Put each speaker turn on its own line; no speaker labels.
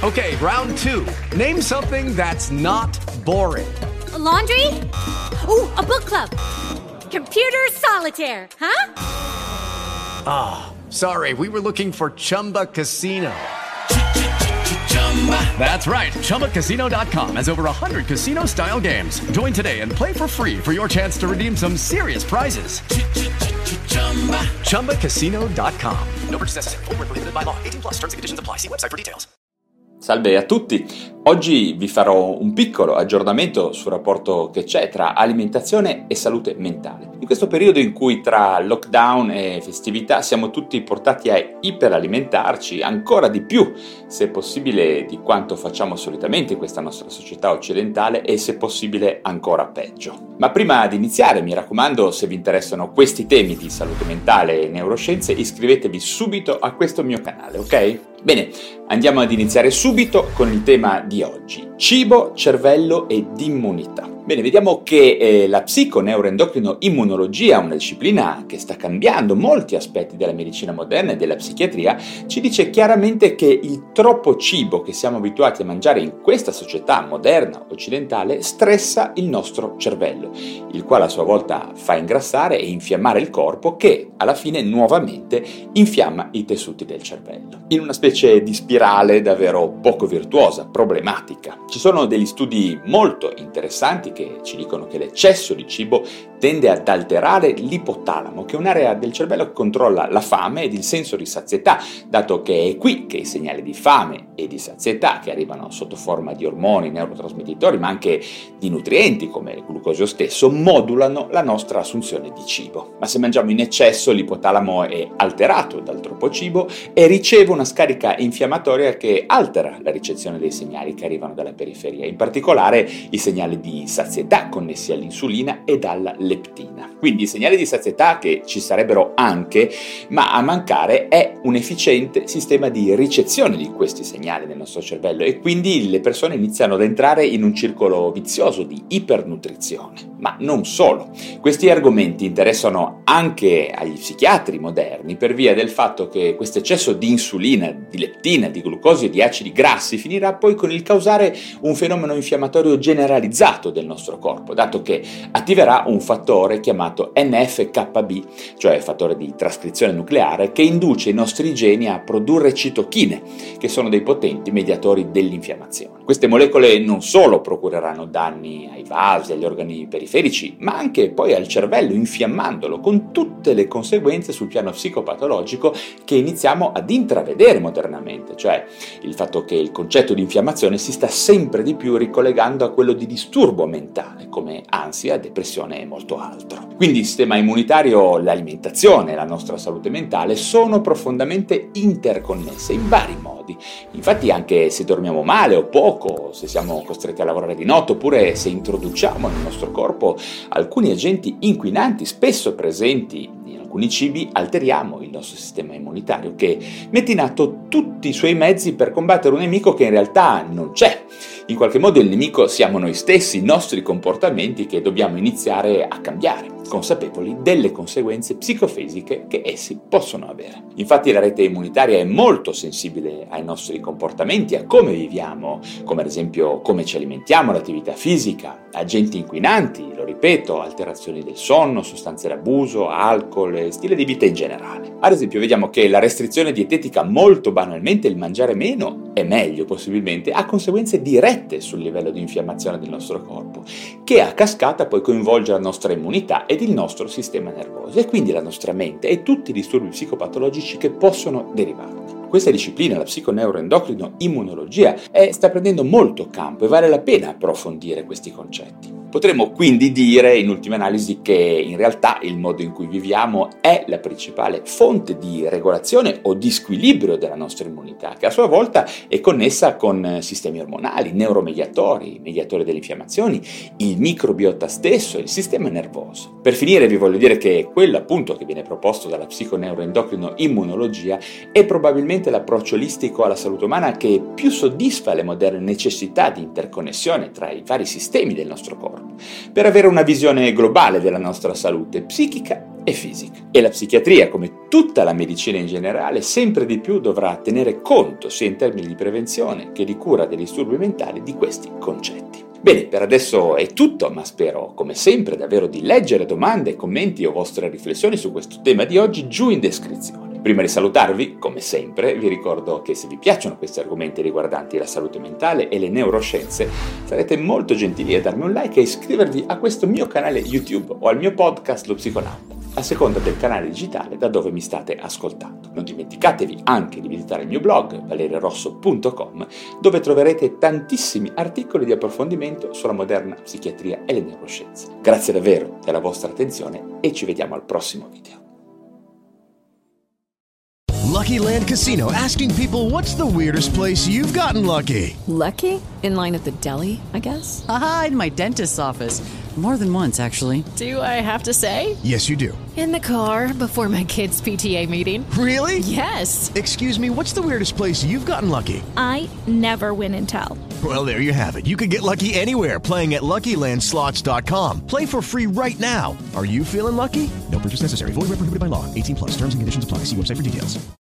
Okay, round two. Name something that's not boring.
A laundry? Ooh, a book club. Computer solitaire, huh?
Ah, sorry, we were looking for Chumba Casino. That's right, ChumbaCasino.com has over 100 casino-style games. Join today and play for free for your chance to redeem some serious prizes. ChumbaCasino.com. No purchase necessary. Void where prohibited by law. 18+ terms and conditions apply. See website for details.
Salve a tutti, oggi vi farò un piccolo aggiornamento sul rapporto che c'è tra alimentazione e salute mentale. In questo periodo in cui tra lockdown e festività siamo tutti portati a iperalimentarci ancora di più, se possibile, di quanto facciamo solitamente in questa nostra società occidentale e se possibile ancora peggio. Ma prima di iniziare, mi raccomando, se vi interessano questi temi di salute mentale e neuroscienze, iscrivetevi subito a questo mio canale, ok? Bene, andiamo ad iniziare subito con il tema di oggi: cibo, cervello ed immunità. Bene, vediamo che la psiconeuroendocrino-immunologia, una disciplina che sta cambiando molti aspetti della medicina moderna e della psichiatria, ci dice chiaramente che il troppo cibo che siamo abituati a mangiare in questa società moderna occidentale stressa il nostro cervello, il quale a sua volta fa ingrassare e infiammare il corpo, che alla fine nuovamente infiamma i tessuti del cervello. In una specie di spirale davvero poco virtuosa, problematica. Ci sono degli studi molto interessanti che ci dicono che l'eccesso di cibo tende ad alterare l'ipotalamo, che è un'area del cervello che controlla la fame ed il senso di sazietà, dato che è qui che i segnali di fame e di sazietà, che arrivano sotto forma di ormoni, neurotrasmettitori, ma anche di nutrienti come il glucosio stesso, modulano la nostra assunzione di cibo. Ma se mangiamo in eccesso, l'ipotalamo è alterato dal troppo cibo e riceve una scarica infiammatoria che altera la ricezione dei segnali che arrivano dalla periferia, in particolare i segnali di sazietà connessi all'insulina ed alla leptina. Quindi i segnali di sazietà che ci sarebbero anche, ma a mancare è un efficiente sistema di ricezione di questi segnali nel nostro cervello, e quindi le persone iniziano ad entrare in un circolo vizioso di ipernutrizione. Ma non solo. Questi argomenti interessano anche agli psichiatri moderni per via del fatto che questo eccesso di insulina, di leptina, di glucosio e di acidi grassi finirà poi con il causare un fenomeno infiammatorio generalizzato del nostro corpo, dato che attiverà un fattore chiamato NF-κB, cioè fattore di trascrizione nucleare, che induce i nostri geni a produrre citochine, che sono dei potenti mediatori dell'infiammazione. Queste molecole non solo procureranno danni ai vasi, agli organi periferici, ma anche poi al cervello, infiammandolo, con tutte le conseguenze sul piano psicopatologico che iniziamo ad intravedere modernamente, cioè il fatto che il concetto di infiammazione si sta sempre di più ricollegando a quello di disturbo mentale, come ansia, depressione e molto altro. Quindi il sistema immunitario, l'alimentazione e la nostra salute mentale sono profondamente interconnesse in vari modi. Infatti, anche se dormiamo male o poco, se siamo costretti a lavorare di notte, oppure se introduciamo nel nostro corpo alcuni agenti inquinanti spesso presenti in alcuni cibi, alteriamo il nostro sistema immunitario, che mette in atto tutti i suoi mezzi per combattere un nemico che in realtà non c'è. In qualche modo il nemico siamo noi stessi, i nostri comportamenti, che dobbiamo iniziare a cambiare, consapevoli delle conseguenze psicofisiche che essi possono avere. Infatti la rete immunitaria è molto sensibile ai nostri comportamenti, a come viviamo, come ad esempio come ci alimentiamo, l'attività fisica, agenti inquinanti, lo ripeto, alterazioni del sonno, sostanze d'abuso, alcol e stile di vita in generale. Ad esempio vediamo che la restrizione dietetica, molto banalmente il mangiare meno e meglio possibilmente, ha conseguenze dirette sul livello di infiammazione del nostro corpo, che a cascata poi coinvolge la nostra immunità ed il nostro sistema nervoso, e quindi la nostra mente e tutti i disturbi psicopatologici che possono derivarne. Questa disciplina, la psiconeuroendocrino-immunologia, sta prendendo molto campo e vale la pena approfondire questi concetti. Potremmo quindi dire, in ultima analisi, che in realtà il modo in cui viviamo è la principale fonte di regolazione o di squilibrio della nostra immunità, che a sua volta è connessa con sistemi ormonali, neuromediatori, mediatori delle infiammazioni, il microbiota stesso e il sistema nervoso. Per finire vi voglio dire che quello appunto che viene proposto dalla psiconeuroendocrino-immunologia è probabilmente l'approccio olistico alla salute umana che più soddisfa le moderne necessità di interconnessione tra i vari sistemi del nostro corpo, per avere una visione globale della nostra salute psichica e fisica. E la psichiatria, come tutta la medicina in generale, sempre di più dovrà tenere conto, sia in termini di prevenzione che di cura dei disturbi mentali, di questi concetti. Bene, per adesso è tutto, ma spero, come sempre, davvero di leggere domande, commenti o vostre riflessioni su questo tema di oggi giù in descrizione. Prima di salutarvi, come sempre, vi ricordo che se vi piacciono questi argomenti riguardanti la salute mentale e le neuroscienze, sarete molto gentili a darmi un like e iscrivervi a questo mio canale YouTube o al mio podcast Lo Psiconauta, a seconda del canale digitale da dove mi state ascoltando. Non dimenticatevi anche di visitare il mio blog valeriorosso.com, dove troverete tantissimi articoli di approfondimento sulla moderna psichiatria e le neuroscienze. Grazie davvero della vostra attenzione e ci vediamo al prossimo video.
Lucky Land Casino, asking people, what's the weirdest place you've gotten lucky?
Lucky? In line at the deli, I guess?
Aha, in my dentist's office. More than once, actually.
Do I have to say?
Yes, you do.
In the car before my kids' PTA meeting.
Really?
Yes.
Excuse me, what's the weirdest place you've gotten lucky?
I never win and tell.
Well, there you have it. You can get lucky anywhere, playing at LuckyLandSlots.com. Play for free right now. Are you feeling lucky? No purchase necessary. Void where prohibited by law. 18+. Terms and conditions apply. See website for details.